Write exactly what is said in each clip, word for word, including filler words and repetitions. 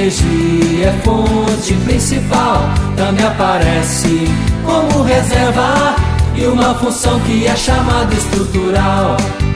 energia, é fonte principal, também aparece como reserva e uma função que é chamada estrutural.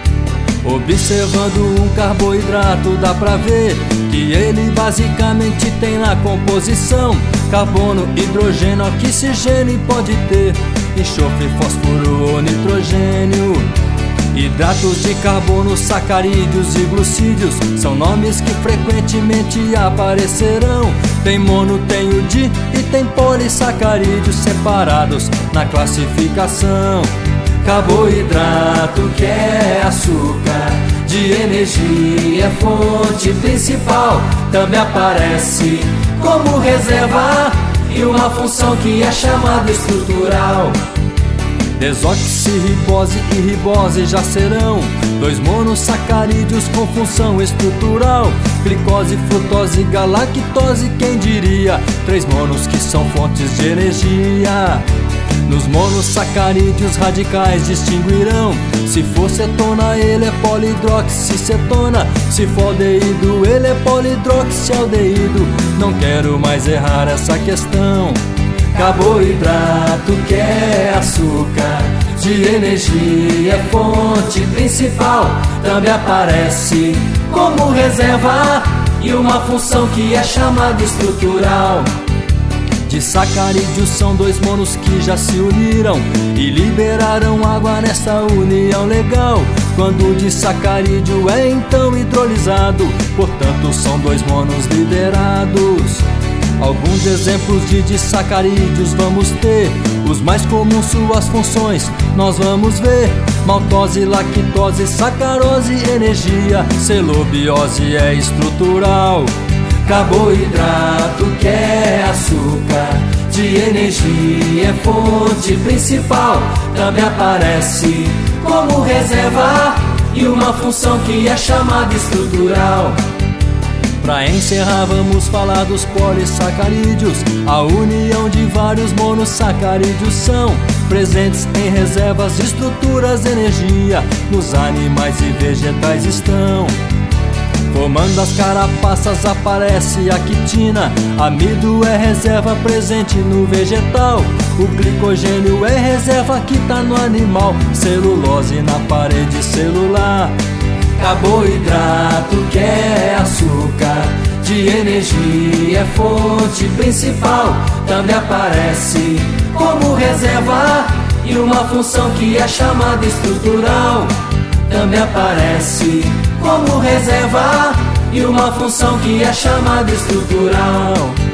Observando um carboidrato dá pra ver que ele basicamente tem na composição carbono, hidrogênio, oxigênio e pode ter enxofre, fósforo ou nitrogênio. Hidratos de carbono, sacarídeos e glucídeos são nomes que frequentemente aparecerão. Tem mono, tem o di e tem polissacarídeos separados na classificação. Carboidrato, que é açúcar, de energia, é fonte principal, também aparece como reserva e uma função que é chamada estrutural. Desoxirribose e ribose já serão dois monossacarídeos com função estrutural. Glicose, frutose, galactose, quem diria? Três monos que são fontes de energia. Nos monossacarídeos radicais distinguirão. Se for cetona, ele é polidroxicetona. Se for aldeído, ele é polidroxialdeído. Não quero mais errar essa questão. Carboidrato, que é açúcar, de energia, é fonte principal, também aparece como reserva e uma função que é chamada estrutural. Disacarídeos são dois monos que já se uniram e liberaram água nessa união legal. Quando o disacarídeo é então hidrolisado, portanto são dois monos liberados. Alguns exemplos de disacarídeos vamos ter, os mais comuns suas funções nós vamos ver: maltose, lactose, sacarose, energia, celobiose é estrutural. Carboidrato, que é açúcar, de energia, é fonte principal, também aparece como reserva e uma função que é chamada estrutural. Pra encerrar vamos falar dos polissacarídeos. A união de vários monossacarídeos são presentes em reservas de estruturas de energia. Nos animais e vegetais estão formando as carapaças, aparece a quitina. Amido é reserva presente no vegetal. O glicogênio é reserva que tá no animal. Celulose na parede celular. Carboidrato, que é açúcar, de energia, é fonte principal, também aparece como reserva e uma função que é chamada estrutural. Também aparece como reserva e uma função que é chamada estrutural.